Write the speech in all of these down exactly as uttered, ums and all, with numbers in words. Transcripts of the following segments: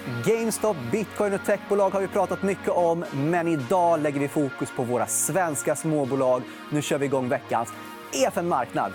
GameStop, Bitcoin och techbolag har vi pratat mycket om, men idag lägger vi fokus på våra svenska småbolag. Nu kör vi igång veckans E F N-marknad.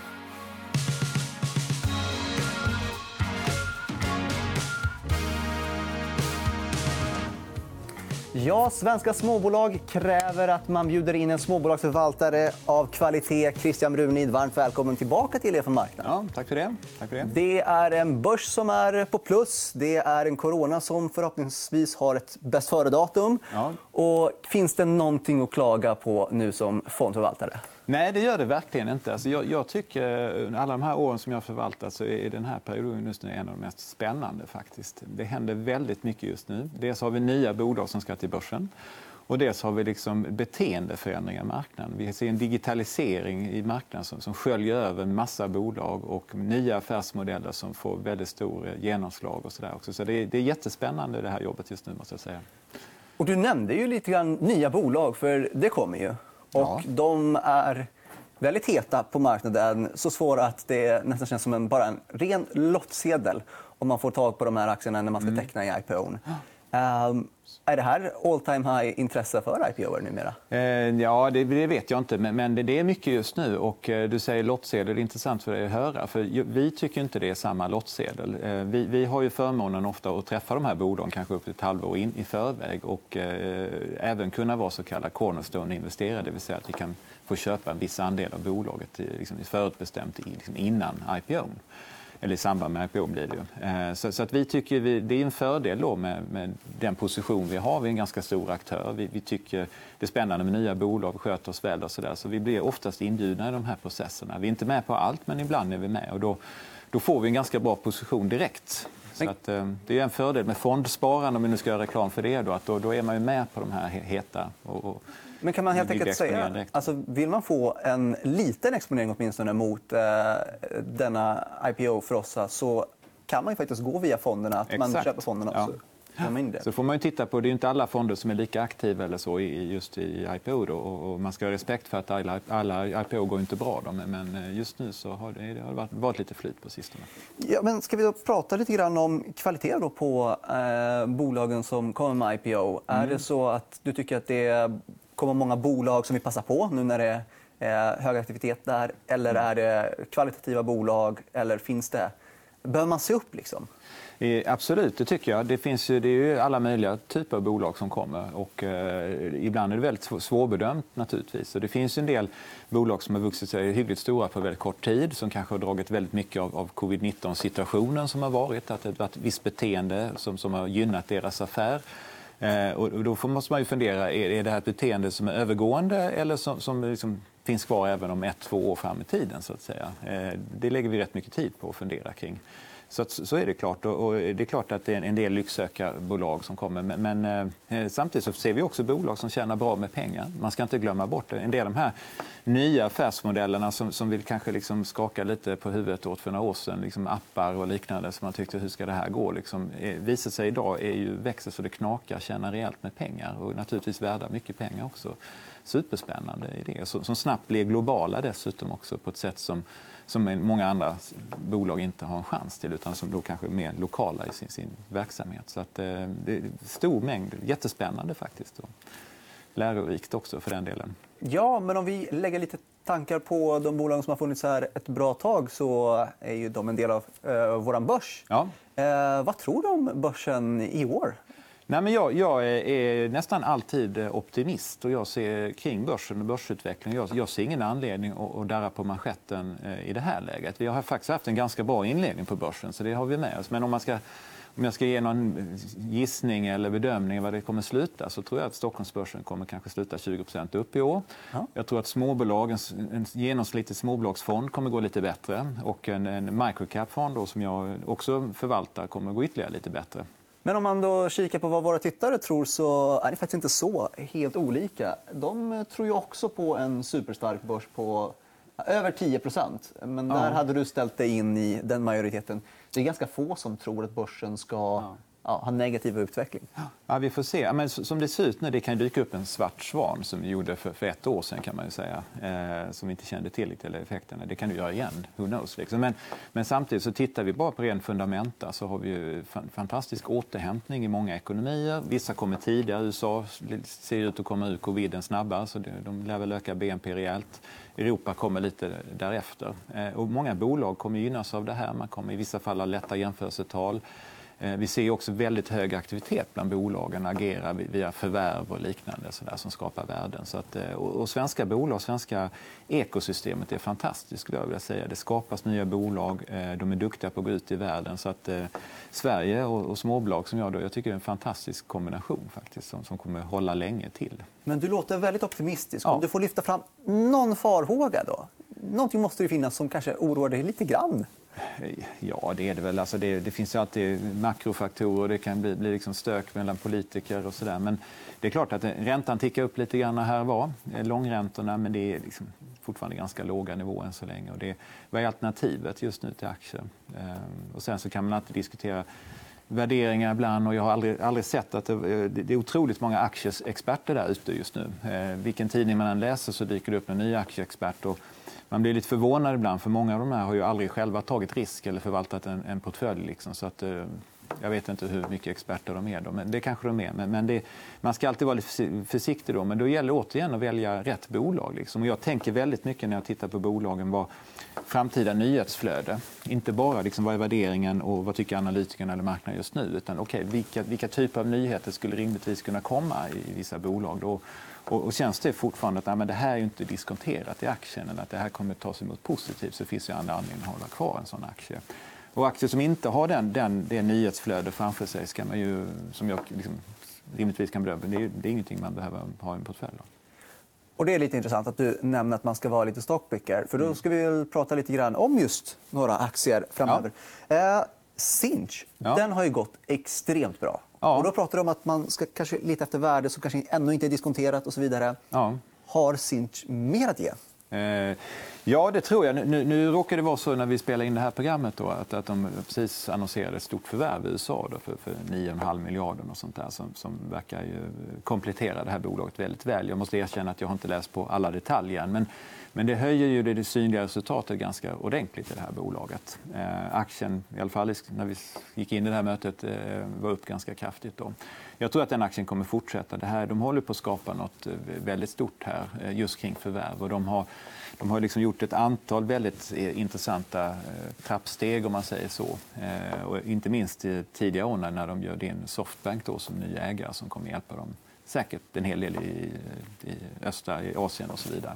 Ja, svenska småbolag kräver att man bjuder in en småbolagsförvaltare av kvalitet. Christian Brunid, varmt välkommen tillbaka till E F N-marknaden. Ja, tack för det. Tack för det. Det är en börs som är på plus. Det är en corona som förhoppningsvis har ett bäst före-datum. Ja. Och finns det någonting att klaga på nu som fondförvaltare? Nej, det gör det verkligen inte. Alltså jag, jag tycker alla de här åren som jag har förvaltat så är den här perioden just nu en av de mest spännande faktiskt. Det händer väldigt mycket just nu. Dels har vi nya bolag som ska till börsen. Och dels har vi liksom beteendeförändringar i marknaden. Vi ser en digitalisering i marknaden som, som sköljer över en massa bolag och nya affärsmodeller som får väldigt stor genomslag och så där också. Så det är, det är jättespännande det här jobbet just nu, måste jag säga. Och du nämnde ju lite grann nya bolag, för det kommer ju. Och Ja. de är väldigt heta på marknaden, så svåra att det nästan känns som en, bara en ren lottsedel om man får tag på de här aktierna när man ska teckna i I P O:n. Um, är det här all time high intresse för I P O:er numera? Eh, ja, det, det vet jag inte, men, men det, det är mycket just nu. Och eh, du säger lottsedel, det är intressant för dig att höra. För vi tycker inte det är samma lottsedel. Eh, vi, vi har ju förmånen ofta att träffa de här bolagen kanske upp till ett halvår in i förväg och eh, även kunna vara så kallad cornerstone-investerare, det vill säga att vi kan få köpa en viss andel av bolaget liksom, förutbestämt liksom, innan I P O:n. Eller i samband med I P O blir det ju. Så, så att vi tycker vi, det är en fördel då med, med den position vi har. Vi är en ganska stor aktör. Vi, vi tycker det är spännande med nya bolag, vi sköter oss väl och så där. Så vi blir oftast inbjudna i de här processerna. Vi är inte med på allt, men ibland är vi med. Och då, då får vi en ganska bra position direkt. Så att, det är en fördel med fondsparande, om vi nu ska göra reklam för det. Då, att då, då är man ju med på de här heta. Och, och, Men kan man helt enkelt säga, alltså, vill man få en liten exponering åtminstone mot eh, denna I P O för oss, så kan man ju faktiskt gå via fonderna, att man Exakt. köper fonderna också. Ja. Så får man ju titta på, det är inte alla fonder som är lika aktiva eller så i, just i I P O då, och man ska ha respekt för att alla, alla I P O går inte bra då, men just nu så har det, det har varit, varit lite flyt på sistone. Ja, men ska vi då prata lite grann om kvalitet då på eh, bolagen som kommer med I P O? Mm. Är det så att du tycker att det kommer många bolag som vi passar på nu när det är hög aktivitet där, eller är det kvalitativa bolag, eller finns det, behöver man se upp liksom? Absolut, det tycker jag. Det finns ju, det är ju alla möjliga typer av bolag som kommer. Och, eh, ibland är det väldigt svårbedömt naturligtvis. Så det finns en del bolag som har vuxit sig hyggligt stora på väldigt kort tid, som kanske har dragit väldigt mycket av, av covid nitton-situationen som har varit. Att det har varit ett visst beteende som, som har gynnat deras affär. Eh, och då måste man ju fundera, är, är det här ett beteende som är övergående eller som, som liksom finns kvar även om ett, två år fram i tiden, så att säga. Eh, det lägger vi rätt mycket tid på att fundera kring. Så, så är det klart. Och det är klart att det är en del lycksökarbolag som kommer. Men, men eh, samtidigt så ser vi också bolag som tjänar bra med pengar. Man ska inte glömma bort det. En del av de här nya affärsmodellerna som, som vill kanske liksom skaka lite på huvudet åt för några år sedan, liksom appar och liknande som man tyckte, hur ska det här gå? Liksom, eh, visar sig idag är ju växer så det knakar, tjänar rejält med pengar och naturligtvis värda mycket pengar också. Superspännande idéer som, som snabbt blir globala dessutom också på ett sätt som som många andra bolag inte har en chans till, utan som då kanske är mer lokala i sin, sin verksamhet. Så att, eh, det är stor mängd, jättespännande faktiskt. Och lärorikt också för den delen. Ja, men om vi lägger lite tankar på de bolag som har funnits här ett bra tag, så är ju de en del av eh, vår börs. Ja. Eh, vad tror du om börsen i år? Nej, men jag, jag är nästan alltid optimist och jag ser kring börsen och börsutvecklingen. Jag, jag ser ingen anledning att, att darra på manschetten i det här läget. Vi har faktiskt haft en ganska bra inledning på börsen, så det har vi med oss. Men om, man ska, om jag ska ge någon gissning eller bedömning vad det kommer sluta, så tror jag att Stockholmsbörsen kommer kanske sluta tjugo procent upp i år. Ja. Jag tror att småbolagens, en genomsnittlig småbolagsfond kommer gå lite bättre, och en, en microcap-fond då, som jag också förvaltar, kommer gå ytterligare lite bättre. Men om man då kikar på vad våra tittare tror, så är det faktiskt inte så helt olika. De tror ju också på en superstark börs på över tio procent. Men där ja. hade du ställt dig in i den majoriteten. Det är ganska få som tror att börsen ska ja. ja, ha negativ utveckling? Ja, vi får se. Men som det ser ut nu, det kan dyka upp en svart svan som vi gjorde för, för ett år sedan kan man ju säga. Eh, som vi inte kände till eller effekterna. Det kan du göra igen, who knows. Liksom. Men, men samtidigt så tittar vi bara på ren fundamenta så har vi ju fantastisk återhämtning i många ekonomier. Vissa kommer tidigare. U S A ser ut att komma ur coviden snabbare så de lär väl öka B N P rejält. Europa kommer lite därefter. Eh, och många bolag kommer gynnas av det här. Man kommer i vissa fall ha lätta jämförelsetal. Vi ser också väldigt hög aktivitet bland bolagen, agerar via förvärv och liknande så där, som skapar värden. Så att, och svenska bolag, svenska ekosystemet är fantastiskt skulle jag vilja säga. Det skapas nya bolag, de är duktiga på att gå ut i världen. Så att eh, Sverige och, och småbolag som jag då, jag tycker det är en fantastisk kombination faktiskt som, som kommer hålla länge till. Men du låter väldigt optimistisk. Ja. Om du får lyfta fram någon farhåga då? Någonting måste det finnas som kanske oroar dig lite grann. Ja, det är det väl. Alltså det, det finns ju alltid makrofaktorer. Det kan bli, bli liksom stök mellan politiker och sådär. Men det är klart att räntan tickar upp lite grann här var. Långräntorna, men det är liksom fortfarande ganska låga nivåer än så länge. Och det, vad är alternativet just nu till aktier? Ehm, och sen så kan man alltid diskutera värderingar ibland. Och jag har aldrig, aldrig sett att det, det är otroligt många aktieexperter där ute just nu. Ehm, vilken tidning man än läser så dyker det upp en ny aktieexpert. Och man blir lite förvånad ibland, för många av de här har ju aldrig själva tagit risk eller förvaltat en, en portfölj. Liksom. Så att, eh, jag vet inte hur mycket experter de är, då, men det kanske de är. Men, men det, man ska alltid vara lite försiktig då. Men då gäller det återigen att välja rätt bolag. Liksom. Och jag tänker väldigt mycket när jag tittar på bolagen vad framtida nyhetsflöde. Inte bara liksom, vad är värderingen och vad tycker analytikerna eller marknaden just nu. Utan okay, vilka, vilka typer av nyheter skulle rimligtvis kunna komma i vissa bolag. Då. Och, och känns det fortfarande att nej, men det här är ju inte diskonterat i aktien eller att det här kommer att tas emot positivt så finns det andra anledningar att hålla kvar en sån aktie. Och aktier som inte har den, den, det nyhetsflöde framför sig ska man ju, som jag liksom, rimligtvis kan bedöma, det är, det är ingenting man behöver ha i en portfölj. Då. Och det är lite intressant att du nämner att man ska vara lite stockpicker. För då ska vi väl prata lite grann om just några aktier framöver. Ja. Eh, Sinch, ja. Den har ju gått extremt bra. Ja. Och då pratar du om att man ska kanske leta efter värde som kanske ännu inte är diskonterat och så vidare. Ja. Har Sinch mer att ge? Eh, ja, det tror jag. Nu, nu råkar det vara så när vi spelar in det här programmet då, att, att de precis annonserade ett stort förvärv i U S A då, för, för nio komma fem miljarder och sånt där som, som verkar ju komplettera det här bolaget väldigt väl. Jag måste erkänna att jag har inte läst på alla detaljer, men Men det höjer ju det, det synliga resultatet ganska ordentligt i det här bolaget. Eh, aktien, i alla fall när vi gick in i det här mötet, eh, var upp ganska kraftigt. Då. Jag tror att den aktien kommer fortsätta. Det här, de håller på att skapa något väldigt stort här eh, just kring förvärv. Och de har, de har liksom gjort ett antal väldigt intressanta eh, trappsteg om man säger så. Eh, och inte minst i tidiga år när de gör in Softbank då, som ny ägare som kommer hjälpa dem säkert en hel del i, i östra i Asien och så vidare.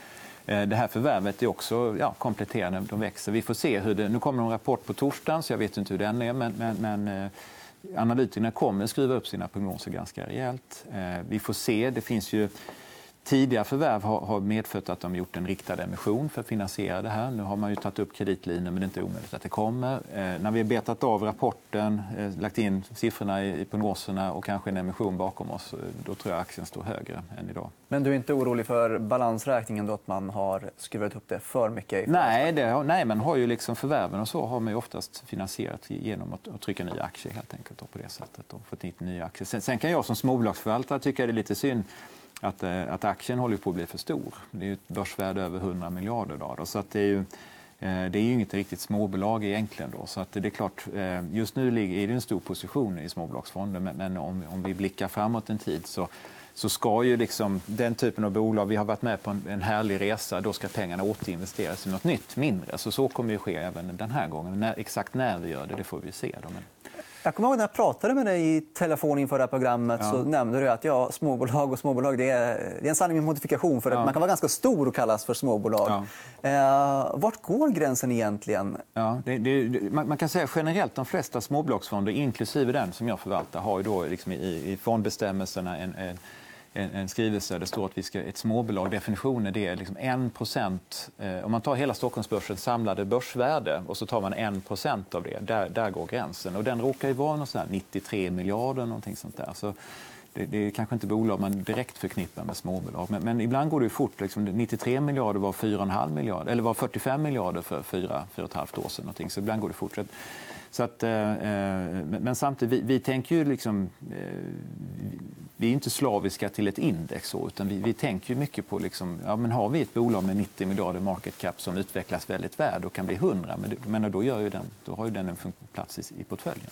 Det här förvärvet är också ja, kompletterande. De växer. Vi får se hur det... Nu kommer en rapport på torsdagen, så jag vet inte hur den är. Men, men, men analytikerna kommer skriva upp sina prognoser ganska rejält. Vi får se. Det finns ju... Tidigare förvärv har medfört att de gjort en riktad emission för att finansiera det här. Nu har man ju tagit upp kreditlinjen, men det är inte omöjligt att det kommer. Eh, när vi har betat av rapporten, eh, lagt in siffrorna i, i prognoserna och kanske en emission bakom oss, då tror jag aktien står högre än idag. Men du är inte orolig för balansräkningen då, att man har skruvat upp det för mycket? Nej, det, nej, man har ju liksom förvärven och så har man ju oftast finansierat genom att, att trycka nya aktier helt enkelt och på det sättet och fått hit nya aktier. Sen, sen kan jag som småbolagsförvaltare tycka det är lite synd Att, att aktien håller på att bli för stor. Det är ju ett börsvärde över hundra miljarder. Då. Så att det, är ju, det är ju inget riktigt småbolag egentligen. Då. Så att det är klart, just nu är det en stor position i småbolagsfonden. Men om, om vi blickar framåt en tid så, så ska ju liksom den typen av bolag, vi har varit med på en, en härlig resa, då ska pengarna återinvesteras i något nytt mindre. Så så kommer det ske även den här gången. När, exakt när vi gör det, det får vi se. Då. Men... Jag kommer ihåg när jag pratade med dig i telefon inför det här programmet, ja. Så nämnde du att ja, småbolag och småbolag det är, det är en sanning med modifikation för att ja. Man kan vara ganska stor och kallas för småbolag. Ja. Eh, vart går gränsen egentligen? Ja, det, det, man, man kan säga generellt de flesta småbolagsfonder, inklusive den som jag förvaltar, har ju då liksom i, i fondbestämmelserna en, en En, en skrivelse där det står att vi ska, ett småbolag, definitionen det är liksom en procent. Eh, om man tar hela Stockholmsbörsens samlade börsvärde och så tar man en procent av det, där, där går gränsen. Och den råkar ju vara någon sån här nittiotre miljarder, någonting sånt där. Så det, det är kanske inte bolag man direkt förknippar med småbolag. Men, men ibland går det ju fort. Liksom, nittiotre miljarder var fyra komma fem miljarder, eller var fyrtiofem miljarder för fyra, fyra och ett halvt år sedan. Någonting. Så ibland går det fort. Så att, eh, men samtidigt, vi, vi tänker ju liksom... Eh, vi är inte slaviska till ett index, så, utan vi, vi tänker ju mycket på... Liksom, ja, men har vi ett bolag med nittio miljarder market cap som utvecklas väldigt väl och kan bli hundra, men, men då, gör ju den, då har ju den en plats i, i portföljen.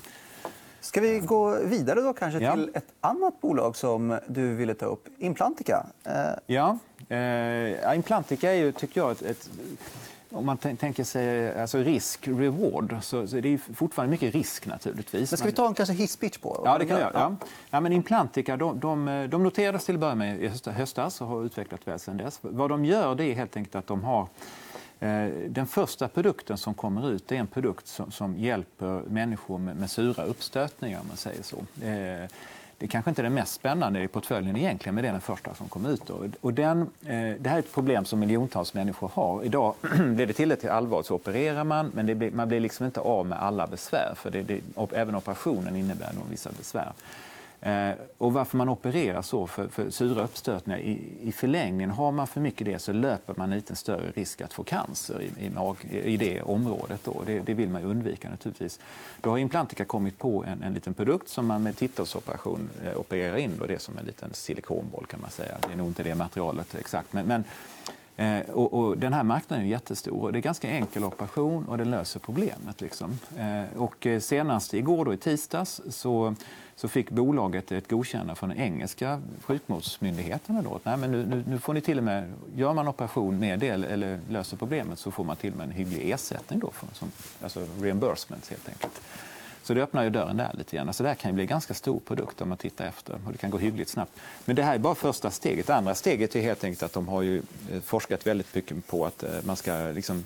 Ska vi gå vidare då kanske ja. till ett annat bolag som du ville ta upp, Implantica? Eh... Ja, eh, Implantica är ju, tycker jag, ett... ett om man t- tänker sig alltså risk-reward, så, så är det fortfarande mycket risk naturligtvis. Men ska vi ta en kanske hisspitch på? Ja, det kan vi göra. Ja. Ja, men Implantica, de, de, de noterades till att börja med i höstas och har utvecklat väl sedan dess. Vad de gör, det är helt enkelt att de har... Eh, den första produkten som kommer ut är en produkt som, som hjälper människor med, med sura uppstötningar, om man säger så. Eh, Det kanske inte är det mest spännande i portföljen egentligen, men det är den första som kom ut. Då. Och den, eh, det här är ett problem som miljontals människor har. Idag blir det tillräckligt allvarligt så opererar man, men det blir, man blir liksom inte av med alla besvär. För det, det, även operationen innebär nog vissa besvär. Eh, och varför man opererar så för, för sura uppstötningar i, i förlängningen, har man för mycket det så löper man en lite större risk att få cancer i, i, mag, i det området. Då. Det, det vill man undvika naturligtvis. Då har Implantica kommit på en, en liten produkt som man med titthålsoperation eh, opererar in. Då. Det är som en liten silikonboll, kan man säga. Det är nog inte det materialet exakt. Men, men Eh, och, och den här marknaden är jättestor. Det är ganska enkel operation och den löser problemet. Liksom. Eh, och senast igår, då, i tisdags, så, så fick bolaget ett godkännande från den engelska sjukvårdsmyndigheten. Då. Nej, men nu, nu, nu får ni till och med, gör man operation med det eller löser problemet, så får man till och med en hygglig ersättning. Då, för, som, alltså reimbursement helt enkelt. Så det öppnar ju dörren där lite grann. Alltså det här kan ju bli en ganska stor produkt om man tittar efter. Och det kan gå hyggligt snabbt. Men det här är bara första steget. Det andra steget är helt enkelt att de har ju forskat väldigt mycket på att man ska... Liksom,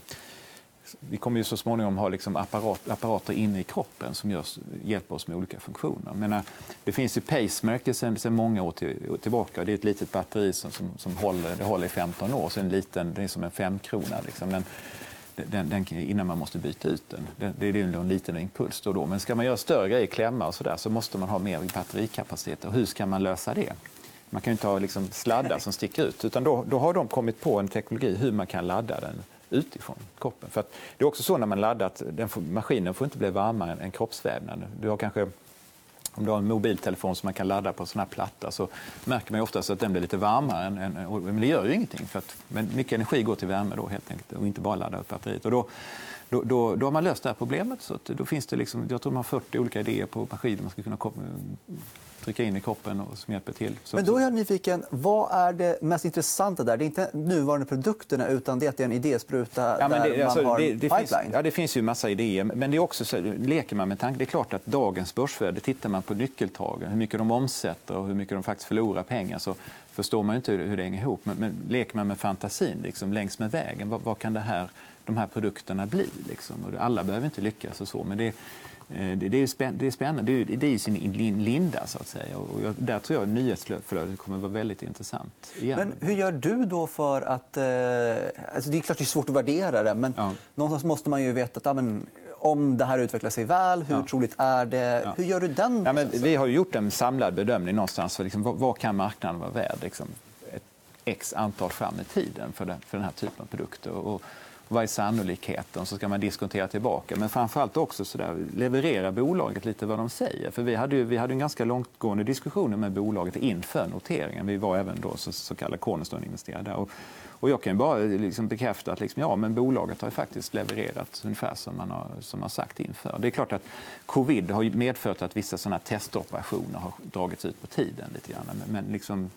vi kommer ju så småningom ha liksom apparat, apparater inne i kroppen som görs, hjälper oss med olika funktioner. Men det finns ju pacemaker sedan, sedan många år till, tillbaka. Det är ett litet batteri som, som, som håller, det håller i femton år. Så en liten, det är som en femkrona. Liksom. Men, Den, den, innan man måste byta ut den. Det, det är ju en liten impuls då, då. Men ska man göra större grejer, klämma och så där, så måste man ha mer batterikapacitet. Och hur ska man lösa det? Man kan ju inte ha liksom sladdar som sticker ut. Utan då, då har de kommit på en teknologi hur man kan ladda den utifrån kroppen. För att det är också så när man laddar att den får, maskinen får inte bli varmare än, än kroppsvävnad. Du har kanske... Om du har en mobiltelefon som man kan ladda på en sån här platta, så märker man ju oftast att den blir lite varmare. Än, än, men det gör ju ingenting. För att, men mycket energi går till värme då, helt enkelt, och inte bara ladda upp batteriet. Och då, då, då, då har man löst det här problemet. Så att då finns det liksom, jag tror man har fyrtio olika idéer på maskiner man ska kunna trycka in i kroppen och som hjälper till. Så, men då är jag nyfiken, vad är det mest intressanta där? Det är inte nuvarande produkterna, utan det är att det är en idéspruta ja, men det, där alltså, man har det, det pipeline. Finns, ja, det finns ju massa idéer, men det är också så, leker man med tanke. Det är klart att dagens börsvärde, tittar man på nyckeltagen, hur mycket de omsätter och hur mycket de faktiskt förlorar pengar, så förstår man inte hur det hänger ihop. Men, men leker man med fantasin liksom, längs med vägen, vad, vad kan det här, de här produkterna bli? Liksom? Och alla behöver inte lyckas och så, men det Det, det, är spän, det är spännande. Det är, det är i sin linda, så att säga. Och jag, där tror jag att nyhetsflödet kommer att vara väldigt intressant. Igen. Men hur gör du då för att... Eh, alltså det är klart det är svårt att värdera det, men ja. någonstans måste man ju veta att ja, men, om det här utvecklar sig väl, hur ja. troligt är det? Ja. Hur gör du den? Ja, men vi har gjort en samlad bedömning någonstans för liksom, vad, vad kan marknaden vara värd liksom, ett x antal fram i tiden för den, för den här typen av produkter. Och, vad är sannolikheten? Så ska man diskontera tillbaka. Men framförallt också så där, leverera bolaget lite vad de säger. För vi hade ju, vi hade en ganska långtgående diskussioner med bolaget inför noteringen. Vi var även då så, så kallade Cornerstone-investerare där. Och, och jag kan bara liksom bekräfta att liksom, ja, men bolaget har ju faktiskt levererat ungefär som man har, som man sagt inför. Det är klart att covid har medfört att vissa sådana testoperationer har dragits ut på tiden lite grann. Men, men liksom,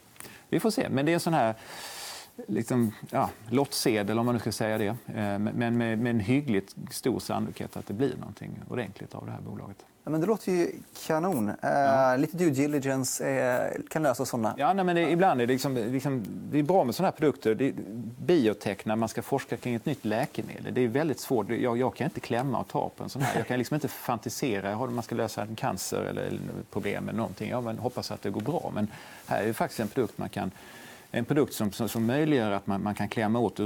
vi får se. Men det är en sån här... Liksom, ja, lottsedel om man nu ska säga det, men med, med en hyggligt stor sannolikhet att det blir någonting ordentligt av det här bolaget. Ja, men det låter ju kanon. Ja. Uh, lite due diligence uh, kan lösa sådana. Ja, nej, men det, ibland är det, liksom, liksom, det är bra med sådana här produkter. Det är biotech, när man ska forska kring ett nytt läkemedel. Det är väldigt svårt. Jag, jag kan inte klämma och ta på en sån här. Jag kan liksom inte fantisera. Jag man ska lösa en cancer eller problem eller någonting. Jag men hoppas att det går bra. Men här är det faktiskt en produkt man kan... En produkt som, som, som möjliggör att man, man kan klämma åt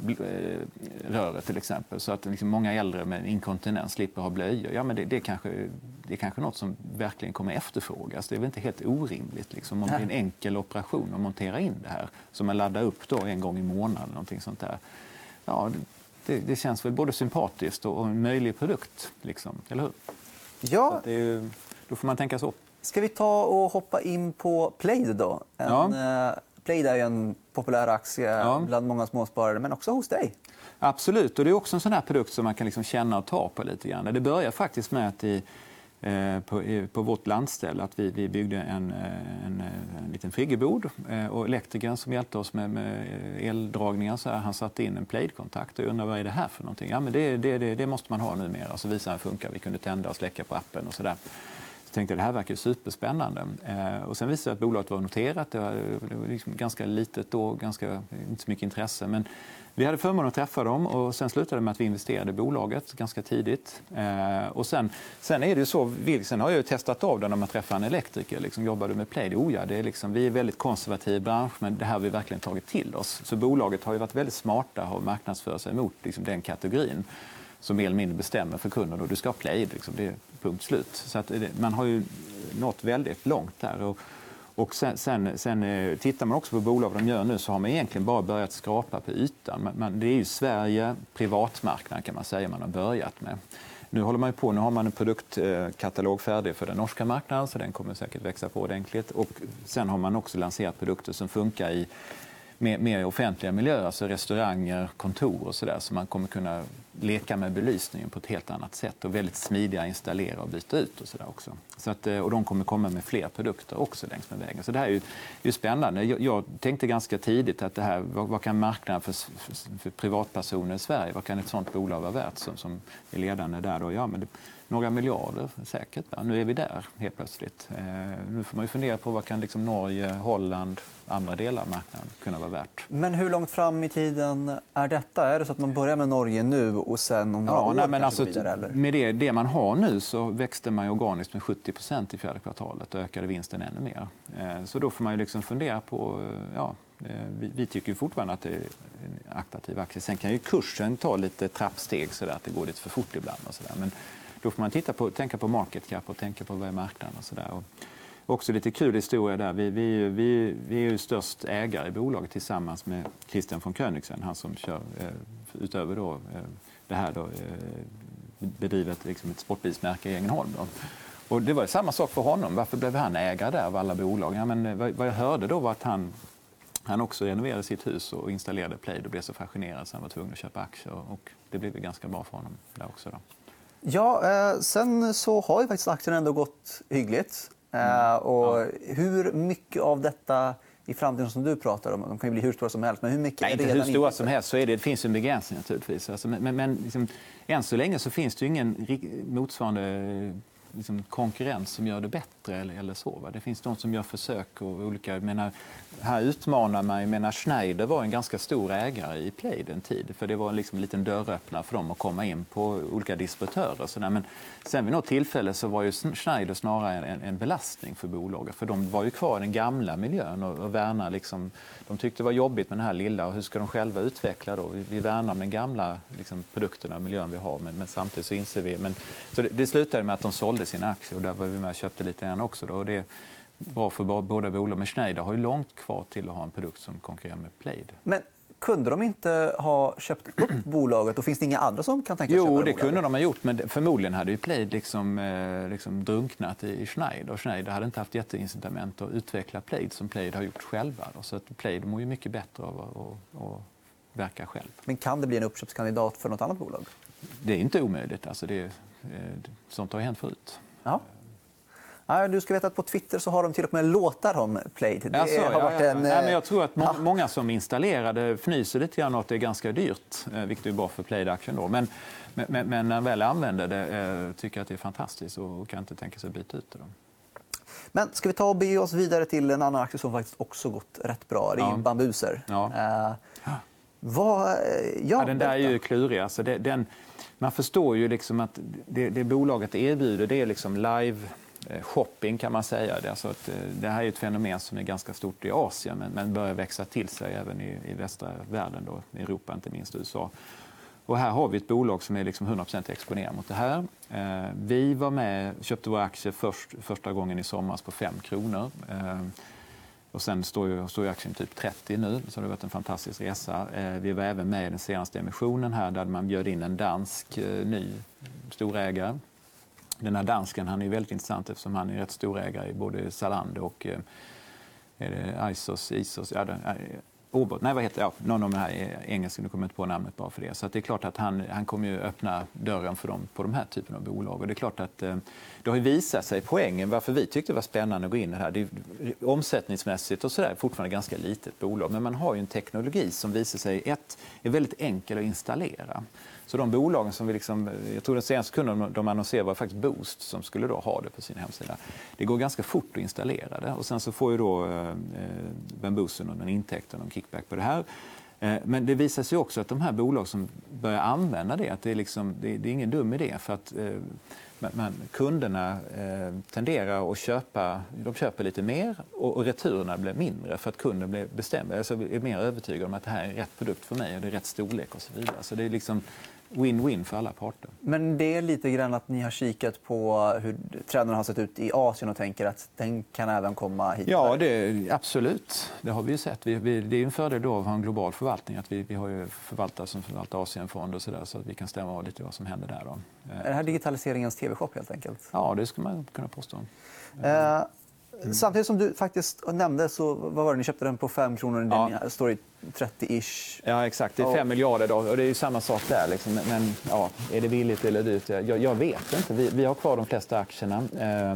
urinröret till exempel, så att liksom många äldre med inkontinens slipper ha blöjor. Ja, men det, det, är kanske, det är kanske något som verkligen kommer efterfrågas. Det är väl inte helt orimligt liksom, om det är en enkel operation att montera in det här. Så man laddar upp då en gång i månaden eller någonting sånt där. Ja, det, det känns väl både sympatiskt och en möjlig produkt. Liksom, eller hur? Ja. Så det är ju, då får man tänka så. Ska vi ta och hoppa in på Plaid då? En, ja. eh, Plaid är ju en populär aktie ja. bland många småsparare, men också hos dig. Absolut, och det är också en sån här produkt som man kan liksom känna och ta på lite grann. Det börjar faktiskt med att i, eh, på, i, på vårt landställe att vi, vi byggde en, en, en liten friggebod eh, och elektrikern som hjälpte oss med, med eldragningar så här, han satte in en Plaid-kontakt och jag undrar vad är det här för någonting? Ja, men det, det, det, det måste man ha numera. Så visade det funkar. Vi kunde tända och släcka på appen och så där. Jag tänkte att det här verkar superspännande. Eh, och sen visade det att bolaget var noterat. Det var, det var liksom ganska litet då, ganska, inte så mycket intresse. Men vi hade förmånen att träffa dem och sen slutade det med att vi investerade i bolaget ganska tidigt. Eh, och sen, sen är det ju så, sen har jag ju testat av det när man träffar en elektriker. Liksom, jobbar du med Plaid? Oh ja, det är liksom, vi är väldigt konservativ bransch men det här har vi verkligen tagit till oss. Så bolaget har ju varit väldigt smarta och marknadsför sig mot liksom, den kategorin som mer eller mindre bestämmer för kunden och du ska ha Plaid, liksom, det är punkt slut. Så att man har ju nått väldigt långt där. Och, och sen, sen, sen tittar man också på bolag de gör nu så har man egentligen bara börjat skrapa på ytan. Man, man, det är ju Sverige, privatmarknad kan man säga man har börjat med. Nu håller man ju på, nu har man en produktkatalog färdig för den norska marknaden så den kommer säkert växa på ordentligt. Och sen har man också lanserat produkter som funkar i Med, med offentliga miljöer, alltså restauranger, kontor och så där. Så man kommer kunna leka med belysningen på ett helt annat sätt och väldigt smidiga att installera och byta ut och så där också. Så att, och de kommer komma med fler produkter också längs med vägen. Så det här är ju, är ju spännande. Jag, jag tänkte ganska tidigt att det här, vad, vad kan marknaden för, för, för privatpersoner i Sverige, vad kan ett sånt bolag vara värt som, som är ledande där då? Ja, men det, några miljarder säkert. Ja, nu är vi där helt plötsligt. Eh, nu får man ju fundera på vad kan liksom Norge, Holland, andra delar av marknaden kunna vara värt. Men hur långt fram i tiden är detta? Är det så att man börjar med Norge nu och sen om några ja, år nej, men alltså, vidare? Eller? Med det, det man har nu så växte man organiskt med sjuttio procent i fjärde kvartalet och ökade vinsten ännu mer. Eh, så då får man ju liksom fundera på... Ja, vi, vi tycker fortfarande att det är en attraktiv aktie. Sen kan ju kursen ta lite trappsteg så där, att det går lite för fort ibland. Och så där. Men då får man titta på, tänka på market cap och tänka på vad är marknaden och så där. Och också lite kul historia där. Vi, vi, vi, vi är ju störst ägare i bolaget tillsammans med Christian von Königsen, han som kör eh, utöver då, eh, det här då, eh, bedrivet liksom ett sportbilsmärke i Ängelholm. Då. Och det var samma sak för honom. Varför blev han ägare där av alla bolag? Ja, men vad, vad jag hörde då var att han Han också renoverade sitt hus och installerade Plaid och blev så fascinerad så han var tvungen att köpa aktier. Och det blev ganska bra för honom där också. Då. Ja, eh, sen så har ju faktiskt aktien ändå gått hyggligt. Eh, och ja. Hur mycket av detta i framtiden som du pratar om, de kan ju bli hur stora som helst, men hur mycket Nej, är inte redan hur stora in... som helst, så är det, det finns en begränsning naturligtvis. Alltså, men men liksom, än så länge så finns det ju ingen motsvarande liksom, konkurrens som gör det bättre eller, eller så. Va? Det finns de som gör försök och olika... Menar, här utmanar man... Menar, Schneider var en ganska stor ägare i Plaid en tid. För det var liksom en liten dörröppnare för dem att komma in på olika distributörer. Så där. Men sen vid något tillfälle så var ju Schneider snarare en, en belastning för bolaget. För de var ju kvar i den gamla miljön och, och värnar liksom... De tyckte det var jobbigt med den här lilla och hur ska de själva utveckla då? Vi, vi värnar med den gamla liksom, produkterna och miljön vi har. Men, men samtidigt så inser vi... Men, så det, det slutade med att de sålde sina aktier och där var vi med och köpte lite grann också. Då. Och det är bra för båda bolag. Men Schneider har ju långt kvar till att ha en produkt som konkurrerar med Plaid. Men kunde de inte ha köpt upp bolaget och finns det inga andra som kan tänka sig Jo, köpa det bolaget? kunde de ha gjort, men förmodligen hade ju Plaid liksom, eh, liksom drunknat i, i Schneider. Och Schneider hade inte haft jätteincitament att utveckla Plaid som Plaid har gjort själva. Så att Plaid mår ju mycket bättre av att, att, att verka själv. Men kan det bli en uppköpskandidat för något annat bolag? Det är inte omöjligt. Alltså det, sånt har hänt förut. Ja. Ja, du ska veta att på Twitter så har de till och med låtar om Plaid. Det alltså, har ja, varit ja. en... Nej, men jag tror att må- ja. många som installerade fnyser lite grann att det är ganska dyrt, vilket är bra för Plaid-aktien då. Men, men, men när de väl använder det tycker jag att det är fantastiskt och kan inte tänka sig att byta ut det. Då. Men ska vi ta och bege oss vidare till en annan aktie som faktiskt också gått rätt bra. Det är ja. Bambuser. Ja. Uh, vad... Ja, ja, den där är ju klurig. Alltså det, den, man förstår ju liksom att det, det bolaget erbjuder det är liksom live shopping kan man säga. Det, alltså att, det här är ett fenomen som är ganska stort i Asien men, men börjar växa till sig även i, i västra världen, då, i Europa inte minst U S A. Och här har vi ett bolag som är liksom hundra procent exponerat mot det här. Eh, vi var med köpte våra aktier först, första gången i somras på fem kronor. Eh, Och sen står ju, står ju aktien typ trettio nu, så det har varit en fantastisk resa. Eh, vi var även med i den senaste emissionen här där man bjöd in en dansk eh, ny storägare. Den här dansken, han är väldigt intressant eftersom han är rätt storägare i både Zalando och eh, är det Isos, Isos, ja, det, eh, Obot, nej vad heter det? Ja, någon av de här engelska, nu kommer jag inte på namnet bara för det. Så att det är klart att han, han kommer ju öppna dörren för dem på de här typen av bolag. Och det är klart att eh, det har ju visat sig poängen varför vi tyckte det var spännande att gå in i det här. Det är, omsättningsmässigt och så där fortfarande ganska litet bolag, men man har ju en teknologi som visar sig ett är väldigt enkel att installera. Så de bolagen som vi liksom, jag tror den senaste kunden de annonserade var faktiskt Boost som skulle då ha det på sin hemsida. Det går ganska fort att installera det och sen så får ju då eh, Bambusen och den intäkten och kickback på det här. Eh, men det visar sig också att de här bolag som börjar använda det, att det är, liksom, det, det är ingen dum idé för att eh, man, kunderna eh, tenderar att köpa, de köper lite mer och, och returerna blir mindre för att kunden blir bestämd. Alltså är mer övertygad om att det här är rätt produkt för mig och det är rätt storlek och så vidare. Så det är liksom win-win för alla parter. Men det är lite grann att ni har kikat på hur trenden har sett ut i Asien och tänker att den kan även komma hit? Ja, det, absolut. Det har vi ju sett. Vi, vi, det är en fördel då att ha en global förvaltning. Att vi, vi har ju förvaltare som förvaltar Asienfond och så där, så att vi kan stämma av lite vad som händer där. Då. Är det här digitaliseringens tv-shop helt enkelt? Ja, det skulle man kunna påstå. Eh, mm. Samtidigt som du faktiskt nämnde så vad var det, ni köpte den på fem kronor, ja. Den står i trettio-ish. Ja, exakt. Det är fem miljarder då, och det är ju samma sak där. Liksom. Men ja, är det billigt eller dyrt? Jag, jag vet inte. Vi, vi har kvar de flesta aktierna. Eh,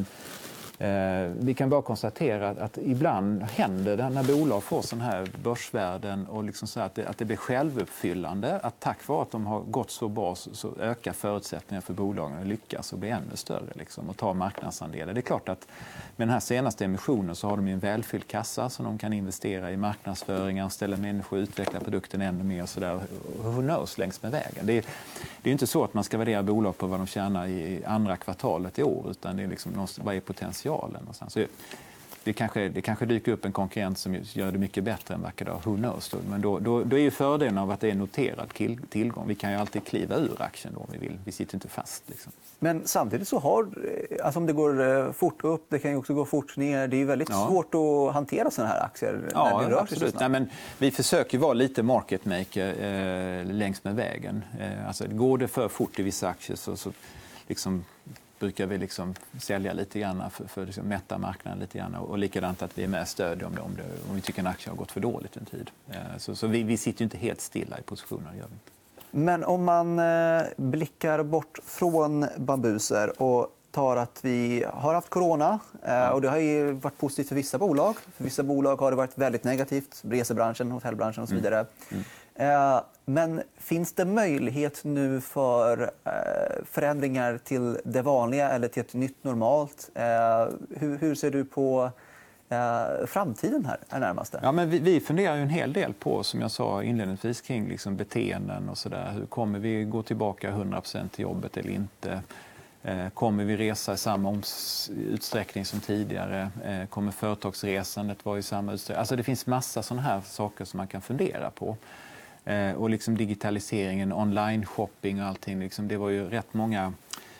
eh, vi kan bara konstatera att, att ibland händer det när bolag får sån här börsvärden och liksom så att, det, att det blir självuppfyllande. Att tack vare att de har gått så bra så, så ökar förutsättningarna för bolagen att lyckas och bli ännu större liksom, och ta marknadsandelar. Det är klart att med den här senaste emissionen så har de en välfylld kassa som de kan investera i marknadsföring, anställa människor, utveckla produkten ännu mer. Så där. Who knows längs med vägen. Det är, det är inte så att man ska värdera bolag på vad de tjänar i andra kvartalet i år, utan det är liksom, vad är potentialen någonstans. Så det, kanske, det kanske dyker upp en konkurrent som gör det mycket bättre än vacker dag. Who knows? Men då, då, då är ju fördelen av att det är noterad tillgång. Vi kan ju alltid kliva ur aktien då om vi vill. Vi sitter inte fast. Liksom. Men samtidigt så har, alltså om det går fort upp, det kan ju också gå fort ner. Det är ju väldigt ja. svårt att hantera såna här aktier. Ja, när det rör absolut. Nej, men vi försöker vara lite market maker eh, längs med vägen. Eh, alltså, går det för fort i vissa aktier så, så liksom brukar vi liksom sälja lite grann för, för att liksom mätta marknaden lite grann. Och likadant att vi är med och stödjer om, det, om, det, om vi tycker en aktie har gått för dåligt en tid. Eh, så så vi, vi sitter ju inte helt stilla i positioner. Gör vi inte. Men om man eh, blickar bort från bambuser och tar att vi har haft corona eh, och det har ju varit positivt för vissa bolag. För vissa bolag har det varit väldigt negativt, resebranschen, hotellbranschen och så vidare. Mm. Mm. Eh, men finns det möjlighet nu för eh, förändringar till det vanliga eller till ett nytt normalt? Eh, hur, hur ser du på Eh, framtiden här är närmaste? Ja, men vi, vi funderar ju en hel del på, som jag sa inledningsvis, kring liksom beteenden och så där. Hur kommer vi gå tillbaka hundra procent till jobbet eller inte? Eh, kommer vi resa i samma utsträckning som tidigare? Eh, kommer företagsresandet vara i samma utsträckning? Alltså det finns massa såna här saker som man kan fundera på. Eh, och liksom digitaliseringen, online-shopping och allting. Liksom, det var ju rätt många...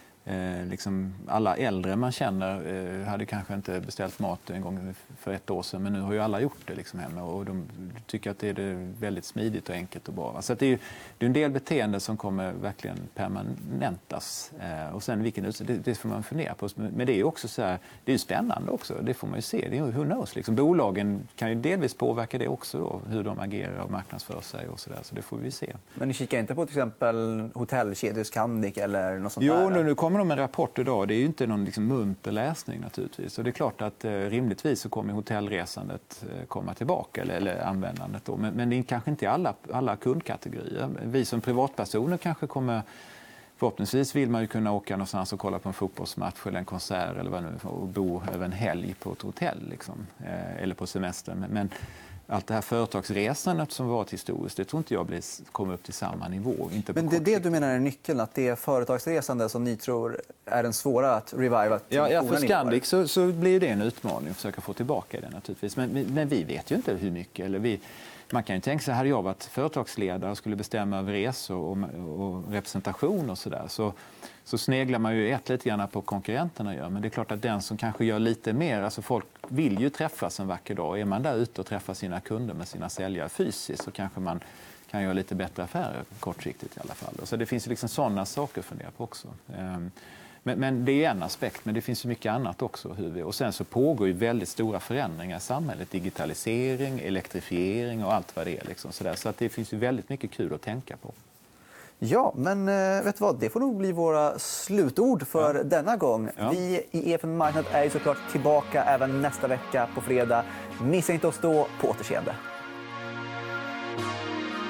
Eh, liksom alla äldre man känner eh, hade kanske inte beställt mat en gång för ett år sedan, men nu har ju alla gjort det liksom hemma och de tycker att det är väldigt smidigt och enkelt och bra. Så att det är ju det är en del beteende som kommer verkligen permanentas eh, och sen vilken det, det får man fundera på. Men det är ju också så här, det är ju spännande också, det får man ju se. Det är ju who knows liksom. Bolagen kan ju delvis påverka det också då, hur de agerar och marknadsför sig och så där, så det får vi se. Men ni kikar inte på till exempel hotellkedjor Scandic eller något sånt jo, där? Jo, nu, nu kommer de med en rapport idag. Det är ju inte någon liksom munter läsning naturligtvis. Och det är klart att eh, rimligtvis så kommer hotellresandet eh, komma tillbaka eller, eller användandet då. Men, men det är kanske inte alla, alla kundkategorier. Vi som privatpersoner kanske kommer, förhoppningsvis vill man ju kunna åka någonstans och kolla på en fotbollsmatch eller en konsert eller vad nu, och bo över en helg på ett hotell liksom, eh, eller på semestern. Men, men allt det här företagsresandet som varit historiskt, det tror inte jag blir, kommer upp till samma nivå. Inte men det är det du menar är nyckeln, att det är företagsresande som ni tror är den svåra att reviva? Ja, ja, för Scandic så, så blir det en utmaning att försöka få tillbaka det naturligtvis. Men, men vi vet ju inte hur mycket. Eller vi, man kan ju tänka sig, hade jag varit företagsledare och skulle bestämma över resor och, och representation och så där, så, så sneglar man ju ett lite grann på konkurrenterna gör. Men det är klart att den som kanske gör lite mer, alltså folk vill ju träffas en vacker dag. Är man där ute och träffar sina kunder med sina säljare fysiskt, så kanske man kan göra lite bättre affärer kortsiktigt i alla fall. Så det finns ju liksom sådana saker att fundera på också. Men, men det är en aspekt, men det finns ju mycket annat också. Hur vi, och sen så pågår ju väldigt stora förändringar i samhället. Digitalisering, elektrifiering och allt vad det är. Liksom, så där. Så att det finns ju väldigt mycket kul att tänka på. Ja, men vet du vad? Det får nog bli våra slutord för ja. denna gång. Ja. Vi i E F N Marknad är ju såklart tillbaka även nästa vecka på fredag. Missa inte oss då. På återseende.